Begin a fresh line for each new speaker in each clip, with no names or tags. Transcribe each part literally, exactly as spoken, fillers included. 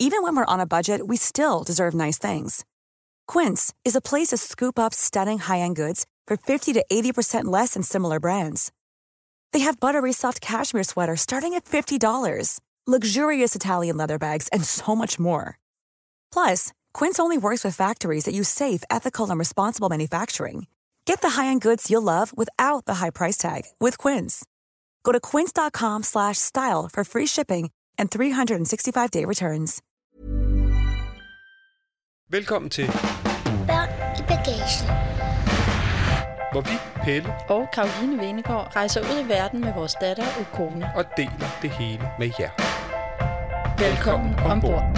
Even when we're on a budget, we still deserve nice things. Quince is a place to scoop up stunning high-end goods for fifty to eighty percent less than similar brands. They have buttery soft cashmere sweaters starting at fifty dollars, luxurious Italian leather bags, and so much more. Plus, Quince only works with factories that use safe, ethical, and responsible manufacturing. Get the high-end goods you'll love without the high price tag with Quince. Go to quince.com slash style for free shipping and three sixty-five day returns.
Velkommen til
Børn i bagagen.
Hvor vi, Pelle
og Caroline Venegård rejser ud i verden med vores datter Okona
og deler det hele med jer.
Velkommen, Velkommen ombord.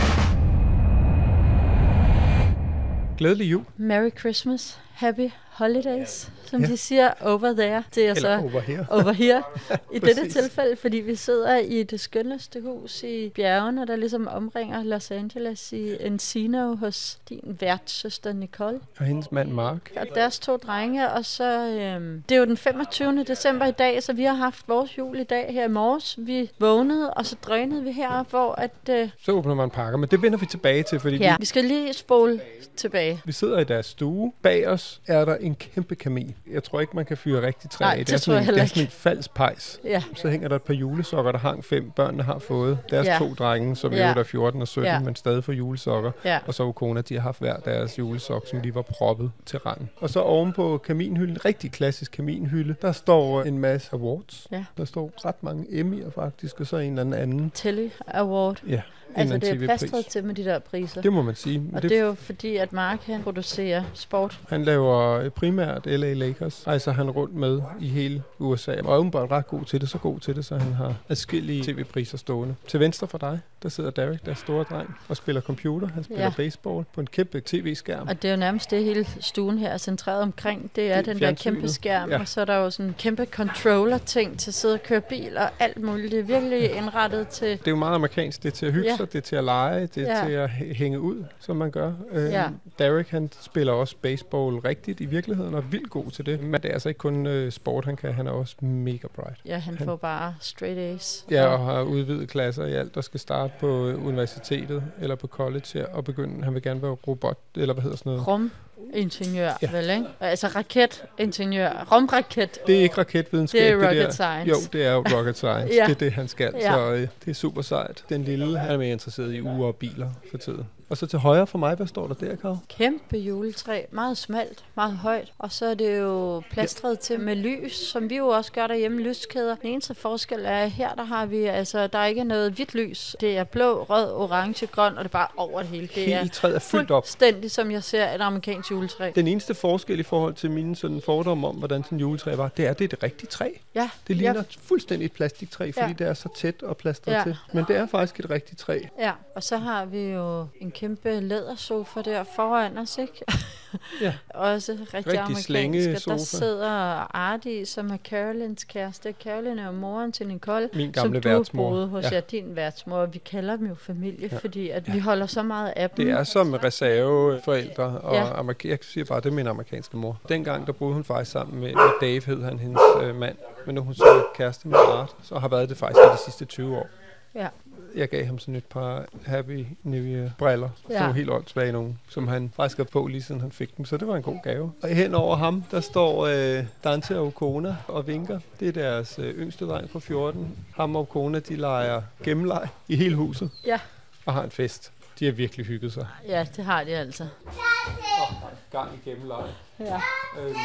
Glædelig jul.
Merry Christmas. Happy Holidays, som
ja.
de siger over there. Det er
Eller
så
over here.
over here. I dette tilfælde, fordi vi sidder i det skønneste hus i bjergene, der ligesom omringer Los Angeles i Encino hos din værtssøster Nicole.
Og hendes mand Mark.
Og deres to drenge, og så... Øhm, det er jo den femogtyvende december i dag, så vi har haft vores jul i dag her i morges. Vi vågnede, og så drønede vi her, hvor at... Øh,
så åbner man pakker, men det vender vi tilbage til, fordi
ja,
vi,
vi skal lige spole tilbage.
Vi sidder i deres stue. Bag os er der en kæmpe kamin. Jeg tror ikke, man kan fyre rigtig træ.
Nej,
det,
det
er
tror jeg
en,
heller
det er sådan en falsk pejs.
Ja.
Så hænger der et par julesokker, der hang fem. Børnene har fået deres
ja.
to drenge, som
ja.
jo er fjorten og sytten, ja. men stadig får julesokker.
Ja.
Og så Okona, de har haft hver deres julesok, som de var proppet til randen. Og så oven på kaminhylden, en rigtig klassisk kaminhylde, der står en masse awards.
Ja.
Der står ret mange Emmy'er faktisk, og så en eller anden.
Telly Award.
Ja.
Altså det er plastret til med de der priser.
Det må man sige.
Og det, det er jo fordi, at Mark han producerer sport.
Han laver primært L A Lakers. Altså han rundt med i hele U S A. Og er åbenbart ret god til det, så god til det, så han har adskillige tv-priser stående. Til venstre for dig, der sidder Derek, der store dreng, og spiller computer. Han spiller ja. baseball på en kæmpe tv-skærm.
Og det er jo nærmest det, hele stuen her er centreret omkring. Det er det den der kæmpe skærm, ja. og så er der jo sådan en kæmpe controller-ting til at sidde og køre bil og alt muligt. Det er virkelig indrettet til...
Det er jo meget amerikansk. Det er til at hygge sig, ja. det er til at lege, det er ja. til at hænge ud, som man gør.
Ja.
Derek, han spiller også baseball rigtigt i virkeligheden, og er vildt god til det. Men det er altså ikke kun uh, sport, han kan. Han er også mega bright.
Ja, han, han får bare straight A's.
Ja, og har udvidet klasser i alt, der skal starte på universitetet eller på college her, og begynde. Han vil gerne være robot, eller hvad hedder sådan noget?
Rum. Ingeniør, ja. vel, ikke? Altså raketingeniør, rumraket.
Det er ikke raketvidenskab.
Det er rocket
det der.
science.
Jo, det er jo rocket science.
ja.
Det er det, han skal.
Ja.
Så øh, det er super sejt. Den lille, han er mere interesseret i uger og biler for tiden. Og så til højre for mig, hvad står der der, Karo?
Kæmpe juletræ. Meget smalt, meget højt. Og så er det jo plastret ja. til med lys, som vi jo også gør derhjemme, lyskæder. Den eneste forskel er, at her der har vi, altså der er ikke noget hvidt lys. Det er blå, rød, orange, grøn, og det er bare over det hele. Det
hele træet er fyldt op.
Fuldstændig, som jeg ser et amerikansk juletræ.
Den eneste forskel i forhold til mine sådan fordomme om, hvordan sådan en juletræ var, det er, det er det rigtige træ.
Ja.
Det ligner
ja.
fuldstændig et plastiktræ, fordi ja. det er så tæt og plastret ja. til. Men det er faktisk et rigtigt træ.
Ja, og så har vi jo en kæmpe lædersofa der foran os, ikke?
Ja.
Også rigtig, rigtig amerikansk. Der sidder Artie, som er Carolines kæreste. Caroline er moren til Nicole,
min gamle
som du
værtsmor.
boede hos
ja.
jer, din værtsmor. Vi kalder dem jo familie, ja. fordi at ja. vi holder så meget af dem.
Det er som reserveforældre, og
ja.
amerik- jeg siger bare, det er min amerikanske mor. Dengang, der boede hun faktisk sammen med, med Dave, hed han, hendes øh, mand. Men nu hun så er kæreste med Art, så har været det faktisk i de sidste tyve år.
Ja.
Jeg gav ham sådan et par Happy New Year briller, ja. som var helt åndssvage nogen, som han faktisk har på lige siden han fik dem, så det var en god gave. Og hen over ham, der står øh, Dante og Okona og vinker. Det er deres øh, yngste dreng på fjorten. Ham og Okona, de leger gennemleg i hele huset.
Ja.
Og har en fest. De har virkelig hygget sig.
Ja, det har de altså.
Oh, gang i gennemleg.
Ja. Øhm.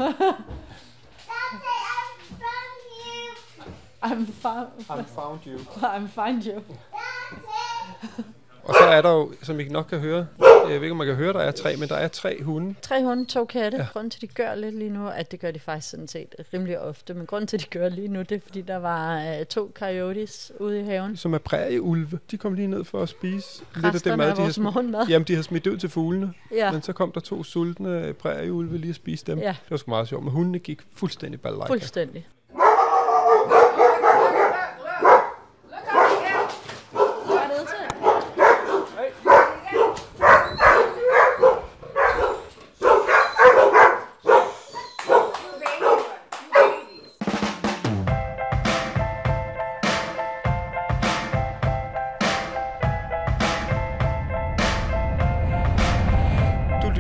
I'm found,
I'm found you.
I'm find you.
Og så er der jo, som I nok kan høre, jeg ved ikke, om man kan høre, der er tre, men der er tre hunde.
Tre hunde, to katte.
Ja.
Grunden til, at de gør lidt lige nu, at det gør de faktisk sådan set rimelig ofte, men grunden til, at de gør lige nu, det er, fordi der var uh, to coyotes ude i haven.
Som er prærieulve. De kom lige ned for at spise
lidt af det mad, af vores de morgenmad.
Jamen, de har smidt ud til fuglene,
ja.
men så kom der to sultne prærieulve lige at spise dem.
Ja.
Det var sgu meget sjovt, men hundene gik fuldstændig balalaika.
Fuldstændig.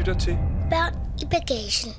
lytter til
Børn i bagagen.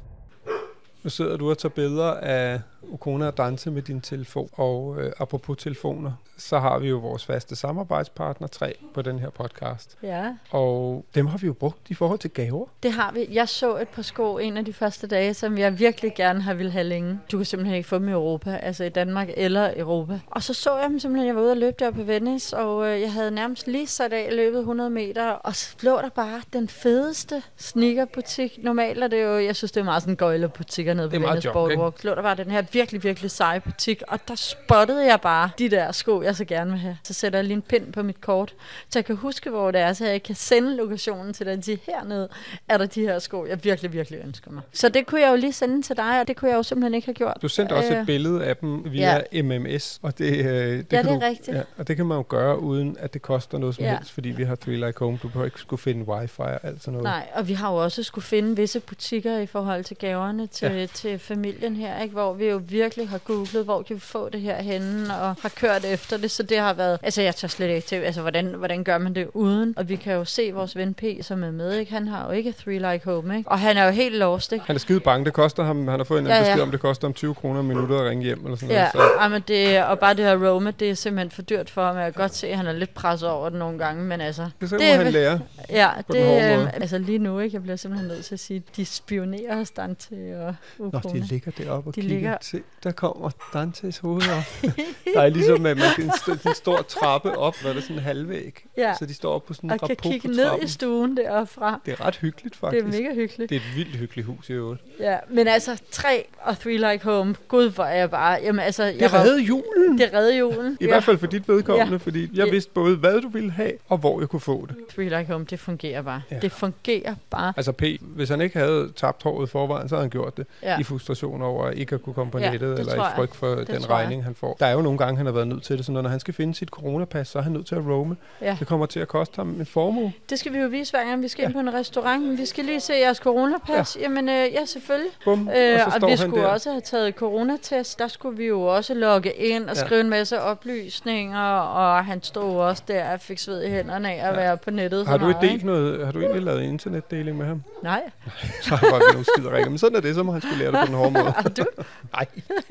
Nu sidder du og tager billeder af Okona og Dante med din telefon. Og øh, apropos telefoner, så har vi jo vores faste samarbejdspartner, tre, på den her podcast.
Ja.
Og dem har vi jo brugt i forhold til gaver.
Det har vi. Jeg så et par sko en af de første dage, som jeg virkelig gerne har ville have længe. Du kan simpelthen ikke få dem i Europa, altså i Danmark eller Europa. Og så så jeg dem simpelthen, jeg var ude og løbe der på Venice, og øh, jeg havde nærmest lige sat af løbet hundrede meter, og så lå der bare den fedeste sneakerbutik. Normalt er det jo, jeg synes det er meget sådan gøjlerbutikker nede på Venice Boardwalk. Så lå der bare den her virkelig, virkelig seje butik, og der spottede jeg bare de der sko, jeg så gerne vil have. Så sætter jeg lige en pind på mit kort, så jeg kan huske, hvor det er, så jeg kan sende lokationen til den. Hernede er der de her sko, jeg virkelig, virkelig ønsker mig. Så det kunne jeg jo lige sende til dig, og det kunne jeg jo simpelthen ikke have gjort.
Du sendte også et billede af dem via ja. M M S, og det, øh, det,
ja,
kan
det er
du,
rigtigt. Ja,
og det kan man jo gøre, uden at det koster noget som
ja.
helst, fordi vi har Three Like Home. Du behøver ikke skulle finde wifi og alt sådan noget.
Nej, og vi har jo også skulle finde visse butikker i forhold til gaverne til, ja. til familien her, ikke? Hvor vi jo virkelig har googlet, hvor kan vi få det her henne, og har kørt efter det, så det har været, altså jeg tager slet ikke til, altså hvordan, hvordan gør man det uden? Og vi kan jo se vores ven P, som er med, ikke? Han har jo ikke Three Like Home, ikke? Og han er jo helt lost, ikke?
Han er skide bange, det koster ham, han har fået en ja, ja. besked om, det koster om tyve kroner minutter at ringe hjem, eller sådan
ja.
noget.
Ja, men det, og bare det her Roma, det er simpelthen for dyrt for ham, jeg kan godt se, at han er lidt presset over det nogle gange, men altså...
Det så det, må han lære
ja,
på
det,
den hårde måde.
Altså lige nu, ikke? Jeg bliver simpelthen nødt til at sige, de spionerer hos Dante og Okona.
Nå, de ligger deroppe og
de
kigger
ligger...
til. Der kommer Dantes hoved op. Der er ligesom, at man kan en, st- en stor trappe op, hvor der er sådan en halvvæg.
Ja.
Så de står op på sådan en
rapport på trappen. Og kan kigge ned i stuen deroppe fra.
Det er ret hyggeligt, faktisk.
Det er mega hyggeligt.
Det er et vildt hyggeligt hus i øvrigt.
Ja, men altså, tre og Three Like Home, gud hvor er jeg bare... Jamen, altså, jeg
det reddede julen.
Det reddede julen.
I ja. hvert fald for dit vedkommende, ja. fordi jeg
ja.
vidste både, hvad du ville have, og hvor jeg kunne få det.
Three Like Home, det fungerer bare.
Ja.
Det fungerer bare.
Altså P, hvis han ikke havde tabt håret forvejen, så havde han gjort det.
Ja.
I frustration over at ikke at kunne komme på
ja,
nettet, eller i frygt for det den regning, jeg. han får. Der er jo nogle gange, han har været nødt til det, så når han skal finde sit coronapas, så er han nødt til at roame. Ja. Det kommer til at koste ham en formue.
Det skal vi jo vise hver gang, vi skal ja. ind på en restaurant. Men vi skal lige se jeres coronapas. Ja. Jamen, øh, ja, selvfølgelig.
Bum,
øh,
og
og vi skulle der. også have taget coronatest. Der skulle vi jo også logge ind og ja. skrive en masse oplysninger, og han stod også der og fik sved i hænderne af at ja. være på nettet.
Har du meget, delt noget? Har du egentlig lavet internetdeling med ham?
Nej.
Så var vi nogle skider regler. Men sådan er det, så må han skulle lære det på den hårde måde.
Har du?
Nej.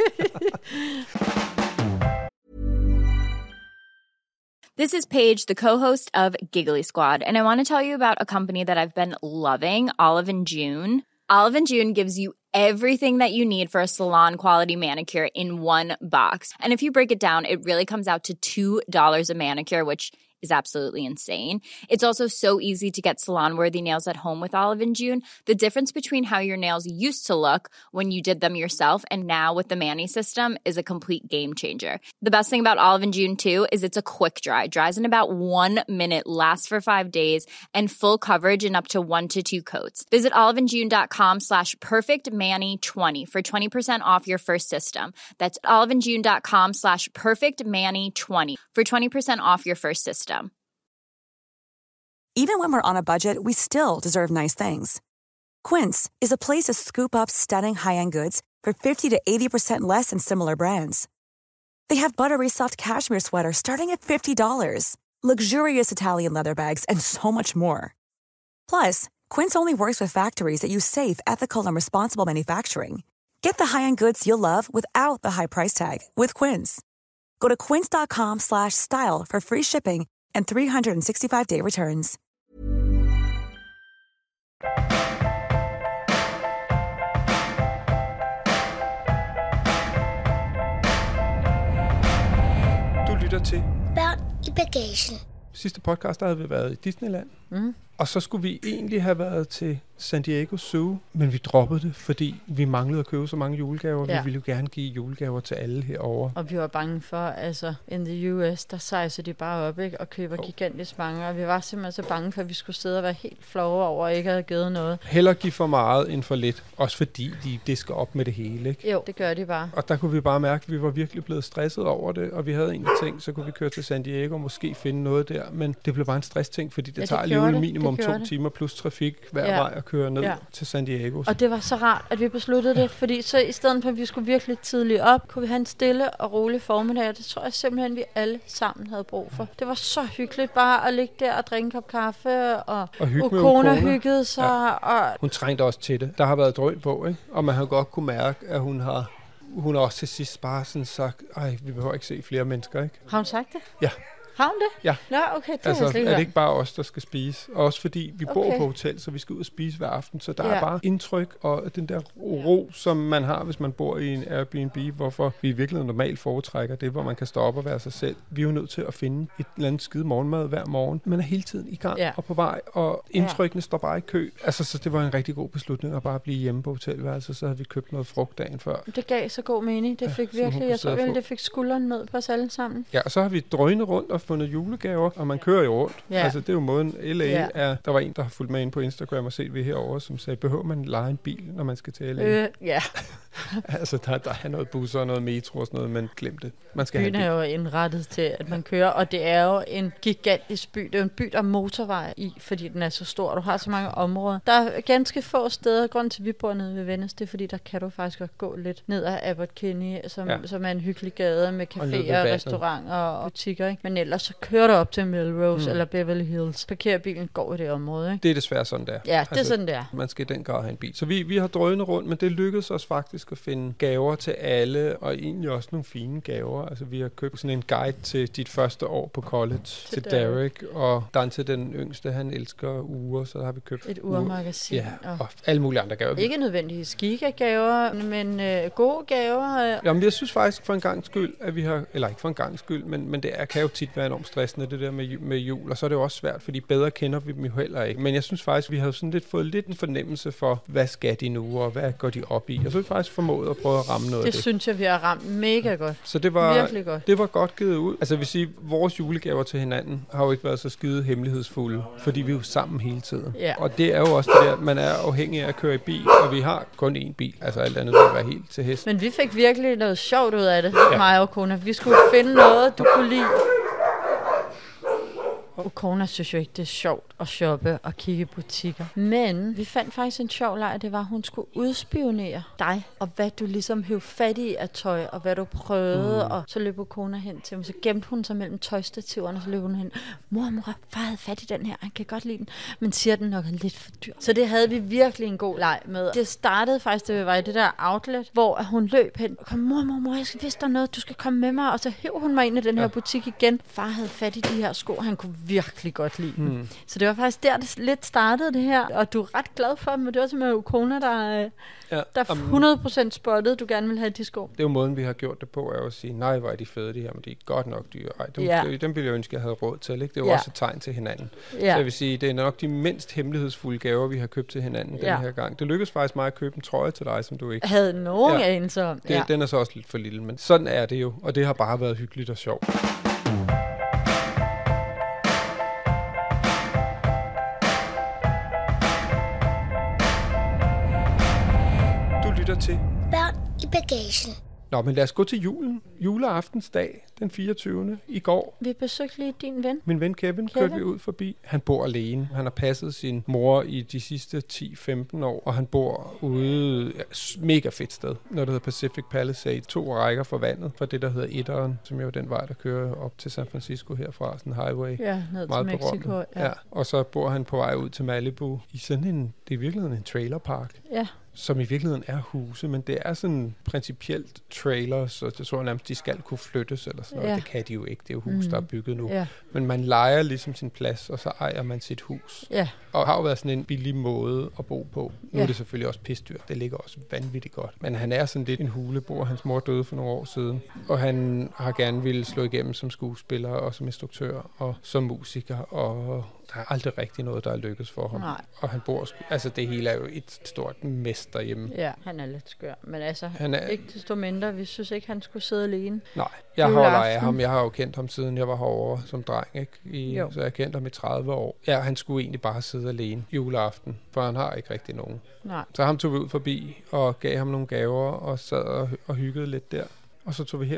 This is Paige, the co-host of Giggly Squad, and I want to tell you about a company that I've been loving, Olive and June. Olive and June gives you everything that you need for a salon-quality manicure in one box. And if you break it down, it really comes out to two dollars a manicure, which is absolutely insane. It's also so easy to get salon-worthy nails at home with Olive and June. The difference between how your nails used to look when you did them yourself and now with the Mani system is a complete game changer. The best thing about Olive and June, too, is it's a quick dry. Dries in about one minute, lasts for five days, and full coverage in up to one to two coats. Visit oliveandjune.com slash perfectmani20 for twenty percent off your first system. That's oliveandjune.com slash perfectmani20 for twenty percent off your first system.
Even when we're on a budget, we still deserve nice things. Quince is a place to scoop up stunning high-end goods for fifty to eighty percent less than similar brands. They have buttery soft cashmere sweaters starting at fifty dollars, luxurious Italian leather bags, and so much more. Plus, Quince only works with factories that use safe, ethical, and responsible manufacturing. Get the high-end goods you'll love without the high price tag with Quince. Go to quince.com slash style for free shipping and three sixty-five day returns.
Du lytter til
Børn i bagagen.
Sidste podcast, der havde vi været i Disneyland.
Mm.
Og så skulle vi egentlig have været til San Diego Zoo, men vi droppede det, fordi vi manglede at købe så mange julegaver. Ja. Vi ville jo gerne give julegaver til alle herovre.
Og vi var bange for, altså, in the U S, der sejser de bare op, ikke, og køber oh. gigantisk mange. Og vi var simpelthen så bange for, at vi skulle sidde og være helt flove over, at ikke havde givet noget.
Heller give for meget end for lidt. Også fordi de disker op med det hele, ikke?
Jo, det gør de bare.
Og der kunne vi bare mærke, at vi var virkelig blevet stresset over det. Og vi havde egentlig tænkt, så kunne vi køre til San Diego og måske finde noget der. Men det blev bare en stressting, fordi det ja, tager alligevel minimum minimum to det. timer plus trafik hver ja. vej at køre ned ja. til San Diego.
Og det var så rart, at vi besluttede det, fordi så i stedet for, at vi skulle virkelig tidligt op, kunne vi have en stille og rolig formiddag, og det tror jeg simpelthen, vi alle sammen havde brug for. Det var så hyggeligt bare at ligge der og drikke en kop kaffe, og,
og hygge
Ukona hyggede sig. Ja. Og
hun trængte også til det. Der har været drøn på, ikke? Og man har godt kunne mærke, at hun har hun har også til sidst bare sådan sagt, ej, vi behøver ikke se flere mennesker, ikke?
Har hun sagt det?
Ja.
Har hun det?
Ja.
Nå, okay, det
altså,
er slet
er det ikke bare os, der skal spise? Også fordi vi bor
okay.
på hotel, så vi skal ud og spise hver aften. Så der ja. er bare indtryk og den der ro, som man har, hvis man bor i en Airbnb, hvorfor vi virkelig normalt foretrækker det, hvor man kan stoppe og være sig selv. Vi er jo nødt til at finde et eller andet skide morgenmad hver morgen. Man er hele tiden i gang ja. og på vej, og indtrykkene ja. står bare i kø. Altså, så det var en rigtig god beslutning at bare blive hjemme på hotelværelset, så havde vi købt noget frugt dagen før.
Det gav så god mening. Det fik ja, virkelig, jeg tror vel, det fik skulderen ned på os alle sammen.
Ja, og så har vi drønet rundt og fundet julegaver, og man kører jo rundt. Ja. Altså, det er jo måden. L A ja. er... Der var en, der har fulgt med ind på Instagram og set vi herovre, som sagde, behøver man lege en bil, når man skal til L A?
Øh, ja.
altså, der, der er noget busser og noget metro og sådan noget, men glem det. Man skal
Byen
have
er jo indrettet til, at man kører, og det er jo en gigantisk by. Det er jo en by, der er motorvej i, fordi den er så stor. Du har så mange områder. Der er ganske få steder. Grunden til, at vi bor nede ved Venice, det er, fordi der kan du faktisk godt gå lidt ned ad Abbot Kinney, som, ja. som er en hyggelig gade med caféer, og restauranter og butikker. Ikke? Men ellers så kører du op til Melrose mm. eller Beverly Hills. Parkerbilen går i det område. Ikke?
Det er desværre sådan, der.
Ja, det altså, er sådan, der.
Man skal i den grad have en bil. Så vi, vi har drønet rundt, men det lykkedes os faktisk at finde gaver til alle, og egentlig også nogle fine gaver. Altså, vi har købt sådan en guide til dit første år på college til, til Derek, og Dante, den yngste, han elsker uger, så har vi købt
et urmagasin.
Ja, og, og alle mulige andre gaver.
Ikke nødvendigvis giga-gaver, men øh, gode gaver.
Jamen, jeg synes faktisk for en gang skyld, at vi har, eller ikke for en gang skyld, men, men det er, kan jo tit være enormt stressende, det der med, med jul, og så er det jo også svært, fordi bedre kender vi dem jo heller ikke. Men jeg synes faktisk, vi har sådan lidt fået lidt en fornemmelse for, hvad skal de nu, og hvad går de op i, og så har vi faktisk formået at prøve at ramme noget
det
af det.
synes jeg, vi har ramt mega godt.
Så det var,
virkelig godt.
Det var godt givet ud. Altså, jeg vil sige, vores julegaver til hinanden har jo ikke været så skide hemmelighedsfulde, fordi vi er jo sammen hele tiden.
Ja.
Og det er jo også det der, man er afhængig af at køre i bil, og vi har kun én bil. Altså, alt andet vil være helt til hest.
Men vi fik virkelig noget sjovt ud af det, ja. mig og Kona. Vi skulle finde noget, du kunne lide. Ukona synes jo ikke, det er sjovt at shoppe og kigge i butikker. Men vi fandt faktisk en sjov leg, det var, at hun skulle udspionere dig, og hvad du ligesom hævde fat i af tøj, og hvad du prøvede, mm. og så løb Ukona hen til ham. Så gemte hun sig mellem tøjstativerne, og så løb hun hen. Mor, mor, far havde fat i den her, han kan godt lide den, men siger den nok er lidt for dyr. Så det havde vi virkelig en god leg med. Det startede faktisk, det var i det der outlet, hvor hun løb hen. Kom, mor, mor, mor, jeg skal vise dig noget, du skal komme med mig. Og så hæv hun mig ind i den her ja. butik igen. Far havde fat i de her sko, han kunne virkelig godt lide dem. Mm. Så det var faktisk der, det lidt startede det her, og du er ret glad for dem, men det var simpelthen Ukona, der, ja, der hundrede procent spottede, du gerne vil have de sko.
Det er jo måden, vi har gjort det på, er at sige, nej, hvor er de fede, de her, men de er godt nok dyre. Ej, dem, ja. dem, dem ville jeg ønske, jeg havde råd til. Ikke? Det er jo ja. også et tegn til hinanden. Ja. Så jeg vil sige, det er nok de mindst hemmelighedsfulde gaver, vi har købt til hinanden ja. den her gang. Det lykkedes faktisk mig at købe en trøje til dig, som du ikke
havde nogen ja. anelse om.
Det, ja. Den er så også lidt for lille, men sådan er det jo, og det har bare været hyggeligt og sjovt. Til.
Børn i bagagen.
Nå, men lad os gå til julen. Juleaftensdag, den fireogtyvende i går.
Vi besøgte lige din ven.
Min ven Kevin, Kevin kørte vi ud forbi. Han bor alene. Han har passet sin mor i de sidste ti femten år, og han bor ude ja, mega fedt sted, når det hedder Pacific Palisade. To rækker for vandet, fra det, der hedder Etteren, som jo er den vej, der kører op til San Francisco herfra, sådan en highway.
Ja, ned til Mexico. Ja.
ja. Og så bor han på vej ud til Malibu i sådan en, det er virkelig en trailerpark.
Ja.
Som i virkeligheden er huse, men det er sådan principielt trailers, og jeg tror nærmest, de skal kunne flyttes eller sådan noget. Ja. Det kan de jo ikke, det er jo hus, mm. der er bygget nu. Ja. Men man lejer ligesom sin plads, og så ejer man sit hus.
Ja.
Og har jo været sådan en billig måde at bo på. Nu
ja.
er det selvfølgelig også pisdyrt, det ligger også vanvittigt godt. Men han er sådan lidt en huleboer, hans mor døde for nogle år siden, og han har gerne ville slå igennem som skuespiller, og som instruktør, og som musiker, og der er aldrig rigtig noget, der er lykkes for ham.
Nej.
Og han bor, altså det hele er jo et stort mest derhjemme.
Ja, han er lidt skør. Men altså, han er, ikke desto mindre, vi synes ikke, han skulle sidde alene.
Nej, jeg holder af ham. Jeg har jo kendt ham, siden jeg var herovre som dreng, ikke? I, så jeg har kendt ham i tredive år. Ja, han skulle egentlig bare sidde alene juleaften, for han har ikke rigtig nogen.
Nej.
Så ham tog vi ud forbi og gav ham nogle gaver og sad og, og hyggede lidt der. Og så tog vi herover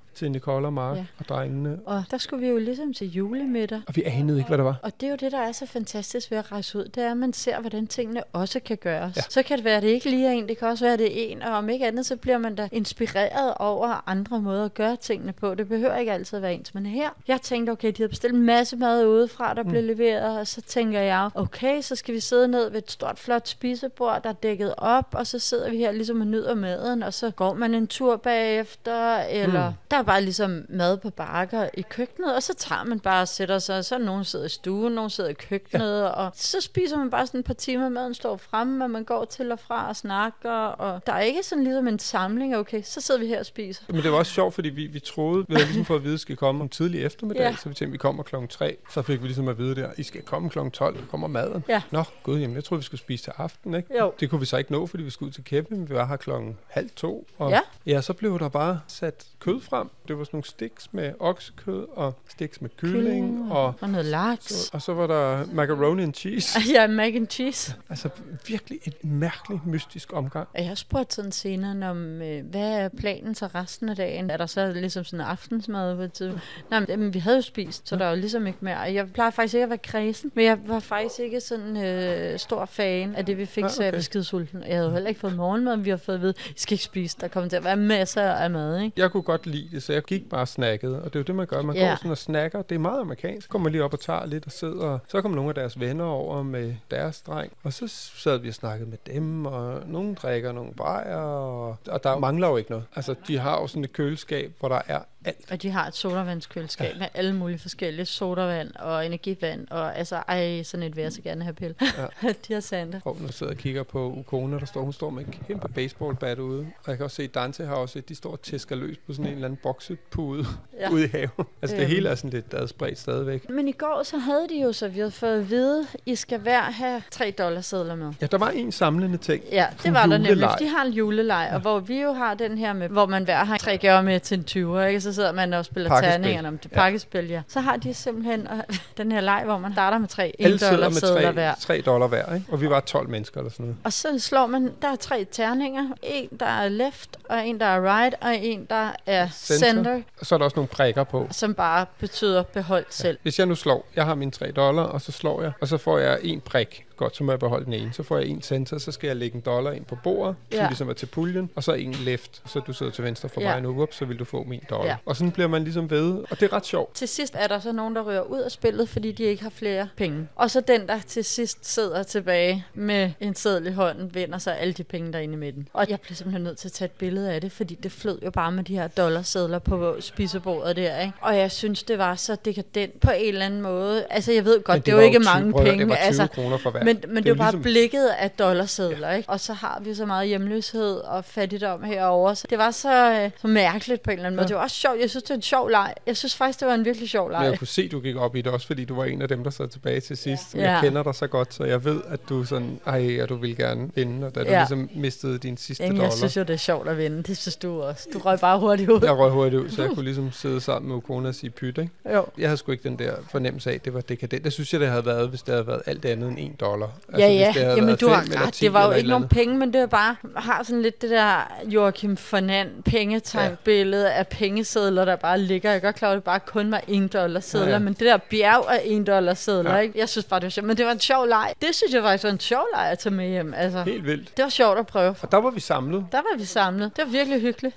til Nicole og Mark ja. og drengene.
Og der skulle vi jo ligesom til julemiddag.
Og vi anede ikke, hvad det var.
Og det er jo det, der er så fantastisk ved at rejse ud. Det er, at man ser, hvordan tingene også kan gøres.
Ja.
Så kan det være, at det ikke lige er en, det kan også være, at det er en. Og om ikke andet, så bliver man da inspireret over andre måder at gøre tingene på. Det behøver ikke altid at være ens. Men her, jeg tænkte, okay, de havde bestilt en masse mad udefra, der mm. blev leveret. Og så tænker jeg, okay, så skal vi sidde ned ved et stort, flot spisebord, der er dækket op. Og så sidder vi her ligesom og nyder maden. Og så går man en tur bagefter. Eller mm. der er bare ligesom mad på bakker i køkkenet. Og så tager man bare og sætter sig. Så er nogen sidder i stuen, nogen sidder i køkkenet. Ja. Og så spiser man bare sådan et par timer, maden står fremme, og man går til og fra og snakker. Og der er ikke sådan ligesom en samling. Okay, så sidder vi her og spiser.
Men det var også sjovt, fordi vi, vi troede, vi havde ligesom fået at vide, at vi skal komme om tidlig eftermiddag. Ja. Så vi tænkte, at vi kommer klokken tre. Så fik vi ligesom at vide der, I skal komme klokken tolv, så kommer maden. Ja. Nå, gud, jamen jeg troede, vi skulle spise til aften, ikke?
Jo. Det
kunne vi så ikke nå, fordi vi skulle ud til Kæppe, men vi var her klokken halv to. Og
ja.
ja, så blev der bare sat kød frem. Det var sådan nogle sticks med oksekød og sticks med kylling. kylling
og, og noget laks.
Så, og så var der macaroni and cheese.
Ja, mac and cheese.
Altså virkelig et mærkeligt, mystisk omgang.
Jeg har spurgt sådan senere om, øh, hvad er planen til resten af dagen? Er der så ligesom sådan en aftensmad på tid? Nej, men vi havde jo spist, så ja. der er jo ligesom ikke mere. Jeg plejer faktisk ikke at være kredsen, men jeg var faktisk ikke sådan øh, stor fan af det, vi fik, ja, okay. så jeg var skidesulten. Jeg havde heller ikke fået morgenmad, men vi har fået at vide, I skal ikke spise, der kommer til at være masser af mad, ikke?
Jeg kunne godt lide det, så jeg gik bare og snakkede, og det er jo det, man gør. Man ja. går sådan og snakker. Det er meget amerikansk. Så kommer man lige op og tager lidt og sidder. Så kommer nogle af deres venner over med deres dreng, og så sad vi og snakkede med dem, og nogen drikker nogle bajer, og, og der mangler jo ikke noget. Altså, de har jo sådan et køleskab, hvor der er alt.
Og de har et sodavandskøleskab ja. med alle mulige forskellige sodavand og energivand, og altså, ej, sådan et vil jeg så gerne have pille. Ja. De har sandt.
Og nu sidder og kigger på Ukona, der står, hun står med en kæmpe baseballbat ude, og jeg kan også se, Dante har også et, de står og tæsker løs på sådan en eller anden boksepude ja. ude i haven. Altså, det øhm. hele er sådan lidt adspredt stadigvæk. Men
i går, så havde de jo så vi for at vide, I skal hver have tre dollar sedler med.
Ja, der var en samlende ting.
Ja, det var der nemlig. De har en juleleg, ja. og hvor vi jo har den her med, hvor man hver har tre gaver med til en tyver, ikke? Så sidder man og spiller terningerne om det pakkespil, ja. Så har de simpelthen uh, den her leg, hvor man starter med tre en dollar sedler hver.
tre dollar hver, ikke? Og vi var tolv mennesker eller sådan noget.
Og så slår man, der er tre terninger. En, der er left, og en, der er right, og en, der er center. center.
Og så er der også nogle prikker på.
Som bare betyder beholdt ja. selv.
Hvis jeg nu slår, jeg har mine tre dollar, og så slår jeg, og så får jeg en prik. Godt, så må jeg beholde den ene. Så får jeg en center, så skal jeg lægge en dollar ind på bordet, ja. som ligesom er til puljen, og så en left, så du sidder til venstre for ja. mig nu, whoop, så vil du få min dollar. Ja. Og sådan bliver man ligesom ved, og det er ret sjovt.
Til sidst er der så nogen, der ryger ud af spillet, fordi de ikke har flere penge. Og så den, der til sidst sidder tilbage med en seddel i hånden, vinder så alle de penge, der er inde i midten. Og jeg bliver simpelthen nødt til at tage et billede af det, fordi det flød jo bare med de her dollarsedler på spisebordet der, ikke? Og jeg synes, det var så dekadent på en eller anden måde. Altså, jeg ved godt, det, det er jo ikke mange
brød,
penge.
Det var tyve
altså,
kroner for hver.
Men, men det, det er jo bare ligesom blikket af dollarsedler, ja. ikke? Og så har vi så meget hjemløshed og fattigdom herovre. Så det var så, øh, så mærkeligt på en eller anden måde. Ja. Det var også sjovt. Jeg synes, det var en sjov leg. Jeg synes faktisk, det var en virkelig sjov leg.
Men jeg kunne se, du gik op i det også, fordi du var en af dem, der sad tilbage til sidst. Ja. Jeg kender dig så godt, så jeg ved, at du sådan, ej, og du vil gerne vinde, og da du ja. ligesom mistede din sidste
Jamen,
dollar.
Jeg synes jo, det er sjovt at vinde. Det synes du også. Du røg bare hurtigt ud.
Jeg røg hurtigt ud, så jeg kunne ligesom sidde sammen med Ukona og sige pyt, ikke?
Jo.
Jeg havde sgu ikke den der fornemmelse af, at det var dekadent. Det synes jeg, det havde været, hvis det havde været alt andet end en dollar.
Altså, ja, ja. Jamen, du har ret. Det var jo ikke nogen penge, men det var bare, har sådan lidt det der Joachim Fernand pengetank-billede ja. af pengesedler, der bare ligger. Jeg kan godt klare, at det bare kun var en dollar sedler, ja, ja. men det der bjerg af en dollar sedler, ja. ikke? Jeg synes bare, det var sjovt. Men det var en sjov leg. Det synes jeg faktisk var en sjov leg at tage med hjem. Altså,
helt vildt.
Det var sjovt at prøve.
Og der var vi samlet.
Der var vi samlet. Det var virkelig hyggeligt.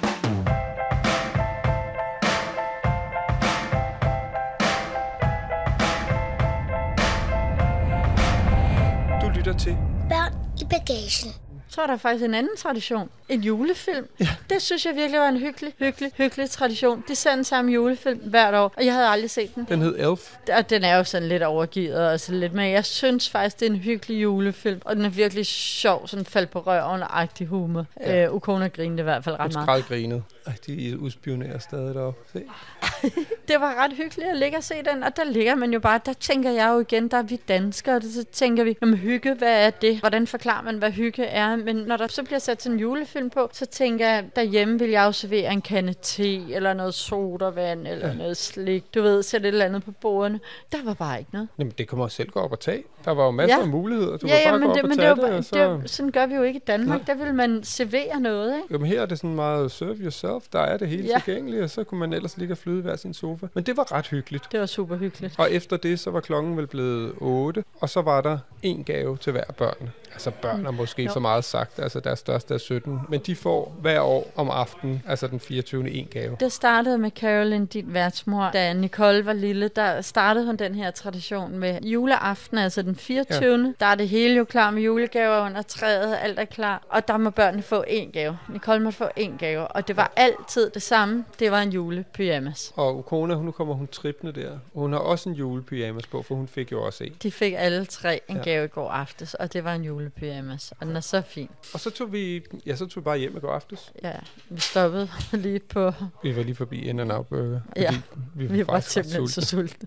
Lytter til
Børn i bagagen.
Så er der faktisk en anden tradition. En julefilm.
Ja.
Det synes jeg virkelig var en hyggelig, hyggelig, hyggelig tradition. De sender samme julefilm hvert år, og jeg havde aldrig set den.
Den hed Elf.
Og den er jo sådan lidt overgivet og sådan lidt, men jeg synes faktisk, det er en hyggelig julefilm, og den er virkelig sjov, sådan fald på røven-agtig humor. Ja. Øh, Ukona grinede i hvert fald ret meget.
Hun grinede. Ej, de udspionerer stadig deroppe. Se.
Det var ret hyggeligt at ligge og se den, og der ligger man jo bare, der tænker jeg jo igen, der er vi danskere, og så tænker vi, jamen hygge, hvad er det? Hvordan forklarer man, hvad hygge er? men når der så bliver sat sådan en julefilm på, så tænker jeg, derhjemme vil jeg jo servere en kande te, eller noget sodavand, eller ja. noget slik. Du ved, sætte et eller andet på bordene. Der var bare ikke noget.
Jamen, det kommer selv gå op og tage. Der var jo masser ja. af muligheder. Du
ja,
kan
ja,
bare
men
gå
det,
op
men
og tage
det,
det, og så...
det, sådan gør vi jo ikke i Danmark. Ja. Der vil man servere noget, ikke?
Jamen, her er det sådan meget serve yourself. Der er det hele ja. tilgængeligt, og så kunne man ellers ligge og flyde hver sin sofa. Men det var ret hyggeligt.
Det var super hyggeligt.
Og efter det, så var klokken vel blevet otte, og så var der en gave til hver børn. Altså børn er måske mm. for meget sagt, altså deres største er sytten, men de får hver år om aftenen, altså den fireogtyvende en gave.
Det startede med Carolyn, din værtsmor. Da Nicole var lille, der startede hun den her tradition med juleaften, altså den fireogtyvende Ja. Der er det hele jo klar med julegaver under træet, alt er klar, og der må børnene få en gave. Nicole måtte få en gave, og det var altid det samme. Det var en julepyjamas.
Og Ukona, nu kommer hun trippende der. Hun har også en julepyjamas på, for hun fik jo også en.
De fik alle tre en
ja.
gave i går aftes, og det var en julepyjamas, og den er så fin.
Og så tog vi, ja, så tog vi bare hjem i går aftes.
Ja, vi stoppede lige på...
Vi var lige forbi In-N-Out Burger.
Ja,
vi var,
vi var simpelthen så sultne.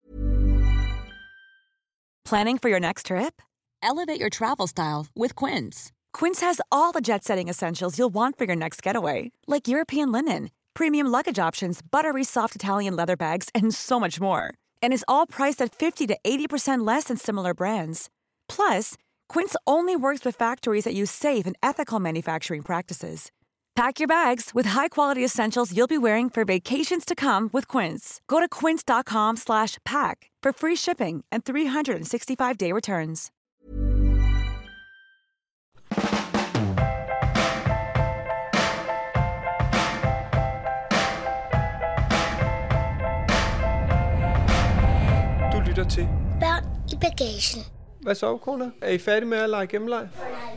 Planning for your next trip?
Elevate your travel style with Quince.
Quince has all the jet-setting essentials you'll want for your next getaway, like European linen, premium luggage options, buttery soft Italian leather bags, and so much more. And is all priced at fifty to eighty percent less than similar brands. Plus, Quince only works with factories that use safe and ethical manufacturing practices. Pack your bags with high-quality essentials you'll be wearing for vacations to come with Quince. Go to quince.com slash pack for free shipping and three hundred sixty-five day returns.
Du lytter til
Børn i bagagen.
Hvad så, Ukona? Er I færdige med at lege gennemleg?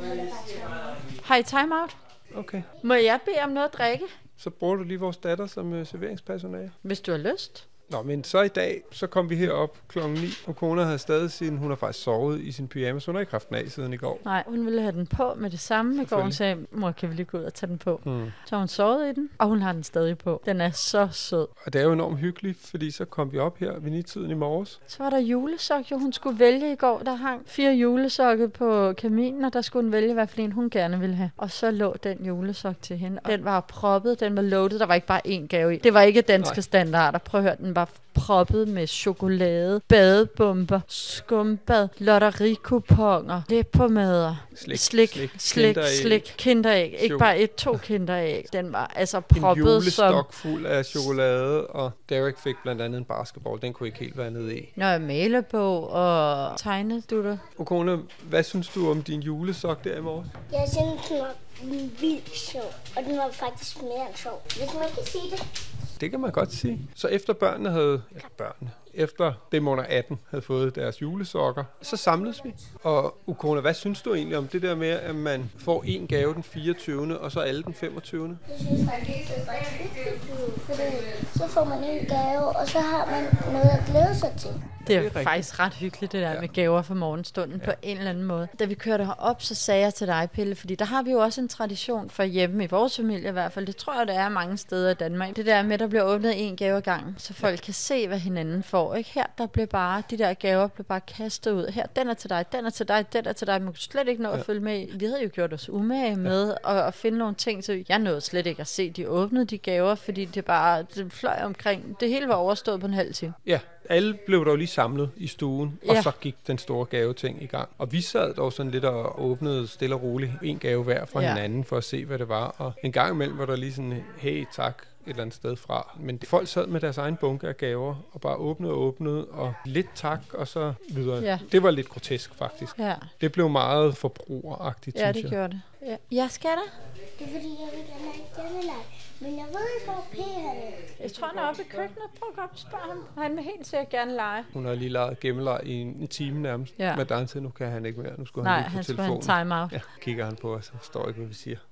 Har I time-out?
Okay.
Må jeg bede om noget at drikke?
Så bruger du lige vores datter som uh, serveringspersonale.
Hvis du har lyst.
Nå, men så i dag, så kom vi herop klokken ni, og Kona havde stadig sin, hun har faktisk sovet i sin pyjamas. Hun har ikke haft den af siden i går.
Nej, hun ville have den på med det samme i går. Hun sagde, mor, kan vi lige gå ud og tage den på? Mm. Så hun sovet i den, og hun har den stadig på. Den er så sød.
Og det er jo enormt hyggeligt, fordi så kom vi op her ved ni-tiden i morges.
Så var der julesok, jo. Hun skulle vælge i går. Der hang fire julesokke på kaminen, og der skulle hun vælge, hvad for en hun gerne ville have. Og så lå den julesok til hende. Og den var proppet, den var loaded. Der var ikke bare én gave i. Det var ikke danske Nej. standarder. Prøv at høre, den var proppet med chokolade, badebomber, skumbad, lotterikuponger, læbpomader, slik, slik, slik, slik, slik kinderæg. Ikke bare et, to kinderæg. Den var altså proppet som...
En julestok fuld af chokolade, og Derek fik blandt andet en basketball. Den kunne ikke helt være nede i.
Nå, malebog og tegnedutter.
Ukona, hvad synes du om din julesok der i morges?
Jeg synes, den var vildt sjov, og den var faktisk mere end sjov, hvis man kan sige det.
Det kan man godt sige. Så efter børnene havde, eller børnene, efter dem under atten havde fået deres julesokker, så samledes vi. Og Ukona, hvad synes du egentlig om det der med, at man får en gave den fireogtyvende og så alle den femogtyvende?
Jeg synes faktisk, det er rigtig hyggeligt, fordi så får man en gave, og så har man noget at glæde sig til.
Det er, det er faktisk ret hyggeligt, det der ja. med gaver for morgenstunden ja. på en eller anden måde. Da vi kørte herop, så sagde jeg til dig, Pelle, fordi der har vi jo også en tradition for hjemme, i vores familie i hvert fald. Det tror jeg, der er mange steder i Danmark. Det der med, at der bliver åbnet en gave ad gangen, så folk ja. kan se, hvad hinanden får. Ikke? Her, der bliver bare, de der gaver bliver bare kastet ud. Her, den er til dig, den er til dig, den er til dig. Man kunne slet ikke nå ja. at følge med. Vi havde jo gjort os umage med ja. at, at finde nogle ting, så jeg nåede slet ikke at se, de åbnede de gaver, fordi det bare det fløj omkring. Det hele var overstået på en halv time.
Ja. Alle blev dog lige samlet i stuen, ja. og så gik den store gaveting i gang. Og vi sad dog sådan lidt og åbnede stille og roligt en gave hver fra ja. hinanden for at se, hvad det var. Og en gang imellem var der lige sådan, hey, tak, et eller andet sted fra. Men det, folk sad med deres egen bunke af gaver, og bare åbnede og åbnede, og lidt tak, og så videre. Ja. Det var lidt grotesk, faktisk. Ja. Det blev meget forbrugeragtigt,
ja,
synes jeg.
Ja, det gjorde det. Ja, ja skatter?
Det er fordi, jeg vil gerne have hjemmeleg. Men jeg ved ikke, hvor P han er.
Jeg tror, han er oppe i køkkenet. Prøv at gå op og spørge ham. Han vil helt sikkert gerne lege.
Hun har lige leget gemmeleg i en, en time nærmest. Ja. Med Dante, nu kan han ikke mere. Nu skulle
Nej,
han lige på telefonen.
Nej, han skulle have en time-out.
Ja, kigger han på os og forstår ikke, hvad vi siger.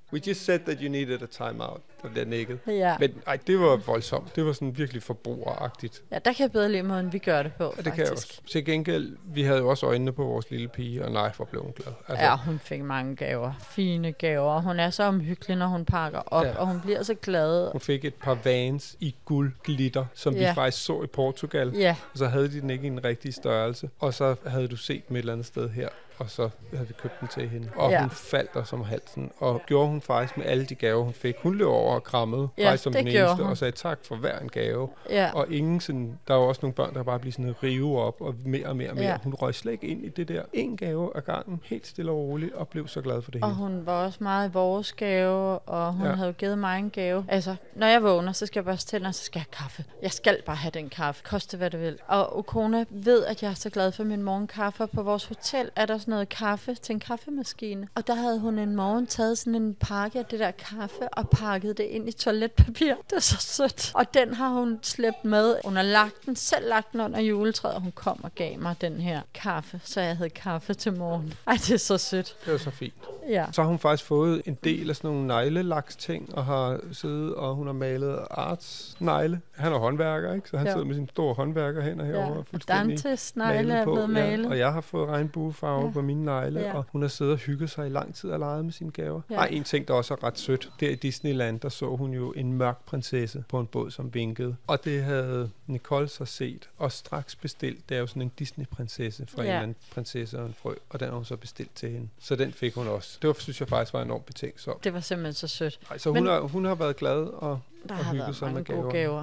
We just said that you needed a time-out, der bliver nikket.
Ja.
Men ej, det var voldsomt. Det var sådan virkelig forbrugeragtigt.
Ja, der kan jeg bedre lide måden, vi gør det på,
ja, det
faktisk.
kan jeg også. Til gengæld, vi havde jo også øjnene på vores lille pige, og nej, hvor blev hun glad.
Altså, ja, hun fik mange gaver. Fine gaver. Hun er så omhyggelig, når hun pakker op, ja. Og hun bliver så glad.
Hun fik et par Vans i guldglitter, som ja. vi faktisk så i Portugal. Ja. Og så havde de den ikke i en rigtig størrelse. Og så havde du set dem et eller andet sted her. Og så havde vi købt den til hende. Og ja. hun faldt der som halsen. Og gjorde hun faktisk med alle de gaver, hun fik. Hun løb over og krammede, ja, faktisk som den eneste, hun. Og sagde tak for hver en gave. Ja. Og ingen sådan, der er jo også nogle børn, der bare bliver sådan rive op, og mere og mere og mere. Ja. Hun røg slet ikke ind i det der. En gave ad gangen, helt stille og roligt, og blev så glad for det
og
hele.
Og hun var også meget i vores gave, og hun ja. havde jo givet mig en gave. Altså, når jeg vågner, så skal jeg børste tænder, så skal jeg have kaffe. Jeg skal bare have den kaffe, koste hvad det vil. Og Okona ved, at jeg er så glad for min morgenkaffe. På vores hotel er der sådan noget kaffe til en kaffemaskine. Og der havde hun en morgen taget sådan en pakke af det der kaffe og pakket det ind i toiletpapir. Det er så sødt. Og den har hun slæbt med. Hun har lagt den, selv lagt den under juletræet, og hun kom og gav mig den her kaffe, så jeg havde kaffe til morgen. Ej, det er så sødt.
Det var så fint.
Ja.
Så har hun faktisk fået en del af sådan nogle neglelaks-ting, og har siddet, og hun har malet arts-negle. Han er håndværker, ikke? Så han jo. sidder med sin store håndværkerhænder herovre.
Ja. Og Dantes negle er blevet malet.
Ja. Og jeg har fået regnbuefarve ja. på mine negle, ja. og hun har siddet og hygget sig i lang tid og leget med sine gaver. Ja. Ej, en ting, der også er ret sødt. Der i Disneyland, der så hun jo en mørk prinsesse på en båd, som vinkede. Og det havde Nicole så set, og straks bestilt. Det er jo sådan en Disney-prinsesse fra ja. en eller anden prinsesse og en frø, og den har hun så bestilt til hende. Så den fik hun også. Det var, synes jeg faktisk var enormt betænksomt.
Det var simpelthen så sødt.
Ej, så hun, har, hun har været glad og,
der
og hygget sig med gaver.
gaver.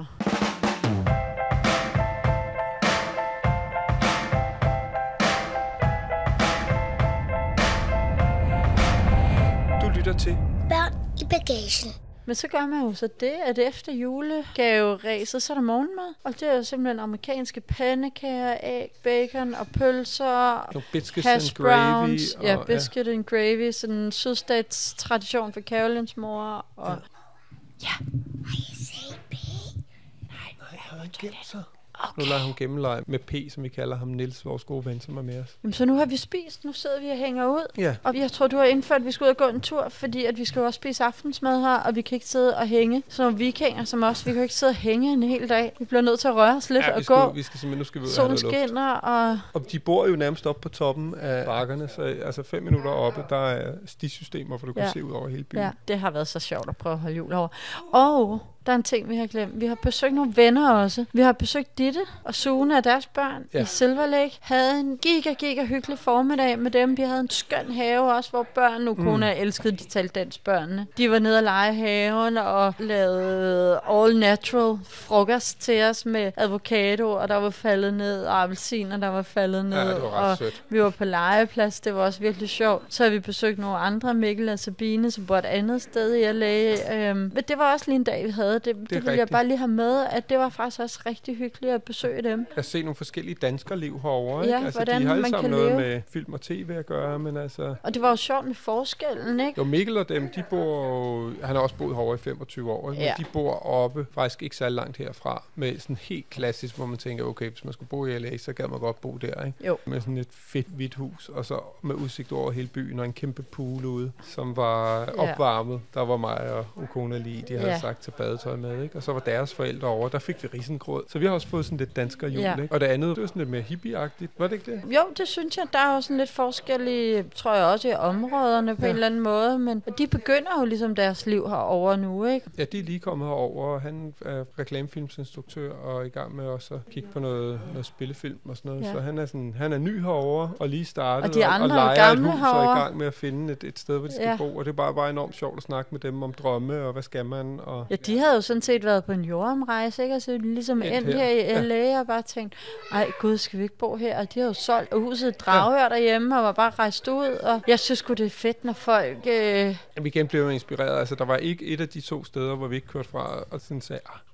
Du lytter til
Børn i bagagen.
Men så gør man jo så det, at efter julegaveræset, så er der morgenmad. Og det er jo simpelthen amerikanske pandekager, æg, bacon og pølser.
No, biscuits and gravy. Og,
ja, biscuit ja. and gravy. Sådan en sydstats tradition for Carolins mor. Og ja.
Har I set P?
Nej, nej, har han gemt sig? Okay. Nu lader hun gemmeleje med P, som vi kalder ham, Niels, vores gode ven, som er med os.
Jamen, så nu har vi spist, nu sidder vi og hænger ud.
Ja.
Og jeg tror, du har indført, at vi skal ud og gå en tur, fordi at vi skal jo også spise aftensmad her, og vi kan ikke sidde og hænge. Så nogle vikinger som os, vi kan jo ikke sidde og hænge en hel dag. Vi bliver nødt til at røre os lidt
ja,
og
skal,
gå.
Vi skal simpelthen, nu skal vi ud
Solen
og have noget
skinner, og...
Og de bor jo nærmest oppe på toppen af bakkerne, så altså fem minutter oppe, der er stisystemer, hvor du ja. kan se ud over hele byen.
Ja, det har været så sjovt at prøve at holde jul over. Og der er en ting, vi har glemt. Vi har besøgt nogle venner også. Vi har besøgt Ditte og Sune og deres børn ja. i Silver Lake. Havde en giga, giga hyggelig formiddag med dem. Vi havde en skøn have også, hvor børn nu kun er elsket, de talte dansk børnene. De var nede og lege haven og lavede all natural frokost til os med avocado, og der var faldet ned, og appelsiner, der var faldet ned.
Ja, det var ret
og
sødt.
Vi var på legeplads, det var også virkelig sjovt. Så har vi besøgt nogle andre, Mikkel og Sabine, som bor et andet sted i L A. Øhm, men det var også lige en dag, vi havde. Det, det, det vil jeg bare lige have med, at det var faktisk også rigtig hyggeligt at besøge dem.
Jeg ser nogle forskellige danskerliv herovre.
Ja,
ikke? Altså,
hvordan
de har alle
man
sammen
kan
noget
leve.
med film og tv at gøre, men altså...
Og det var jo sjovt med forskellen, ikke?
Jo, Mikkel og dem, de bor... Han har også boet herovre i femogtyve år, ikke?
Ja.
Men de bor oppe, faktisk ikke så langt herfra, med sådan helt klassisk, hvor man tænker, okay, hvis man skulle bo i L A, så gad man godt bo der, ikke?
Jo.
Med sådan et fedt hvidt hus, og så med udsigt over hele byen, og en kæmpe pool ude, som var ja. opvarmet. Der var mig og Okona lige, de havde ja. sagt til badetøj med, ikke? Og så var deres forældre over, der fik vi risengrød. Så vi har også fået sådan lidt dansker jul, ja. ikke? Og det andet, det var sådan lidt mere hippie-agtigt. Var det ikke det?
Jo, det synes jeg. Der er jo sådan lidt forskellige, tror jeg også, i områderne på ja. en eller anden måde, men de begynder jo ligesom deres liv herovre nu, ikke?
Ja, de er lige kommet herover, og han er reklamefilmsinstruktør og er i gang med også at kigge på noget, noget spillefilm og sådan noget. Ja. Så han er, sådan, han er ny herover og lige startet
og, de andre
og, og leger
gamle
et hus
herovre.
og er i gang med at finde et, et sted, hvor de skal
ja.
bo. Og det er bare, bare enormt sjovt at snakke med dem om drømme og hvad skal man. Og
ja, de havde jo sådan set været på en jordomrejse, ikke? Altså ligesom endt her, her i L A ja. og bare tænkt, ej gud, skal vi ikke bo her? Og de har jo solgt huset Dragør ja. derhjemme og var bare rejst ud. Og jeg synes sgu, det er fedt, når folk... Øh...
Ja, vi igen blev inspireret. Altså, der var ikke et af de to steder, hvor vi ikke kørte fra og sådan sagde, ah,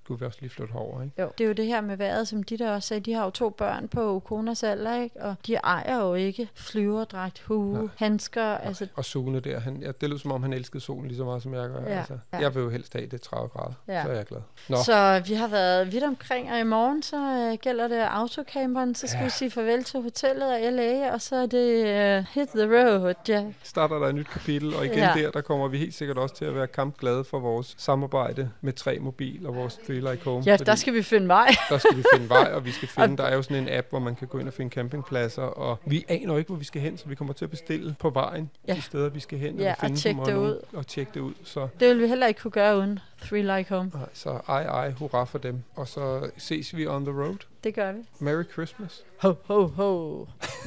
skulle vi også lige flytte herover, ikke?
Jo, det er jo det her med vejret, som de der også sagde, de har jo to børn på Konas alder, ikke? Og de ejer jo ikke flyverdragt, hue, Nej. handsker.
Nej. Altså. Og Sune der, han, ja, det lød som om, han elskede solen lige så meget, som jeg gør. Ja. Altså, ja. Jeg vil jo helst have det tredive grader, ja. Så er jeg glad. Nå.
Så vi har været vidt omkring, og i morgen så uh, gælder det autocamperen, så skal ja. vi sige farvel til hotellet og L A, og så er det uh, hit the road, Jack.
Starter der et nyt kapitel, og igen ja. der, der kommer vi helt sikkert også til at være kampglade for vores samarbejde med tre Mobil og vores Three Like Home.
Ja, der skal vi finde vej.
Der skal vi finde vej, og vi skal finde, der er jo sådan en app, hvor man kan gå ind og finde campingpladser, og vi aner ikke, hvor vi skal hen, så vi kommer til at bestille på vejen ja. de steder, vi skal hen, og,
ja,
finde
og tjekke det ud.
Og tjekke det ud. Så.
Det vil vi heller ikke kunne gøre uden Three Like Home.
Nej, så ej, ej, hurra for dem. Og så ses vi on the road.
Det gør vi.
Merry Christmas.
Ho, ho, ho.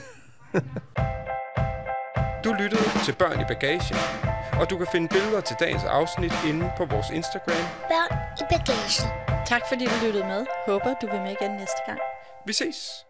Du lyttede til Børn i Bagagen, og du kan finde billeder til dagens afsnit inde på vores Instagram.
Børn i Bagagen.
Tak fordi du lyttede med. Håber du vil med igen næste gang.
Vi ses.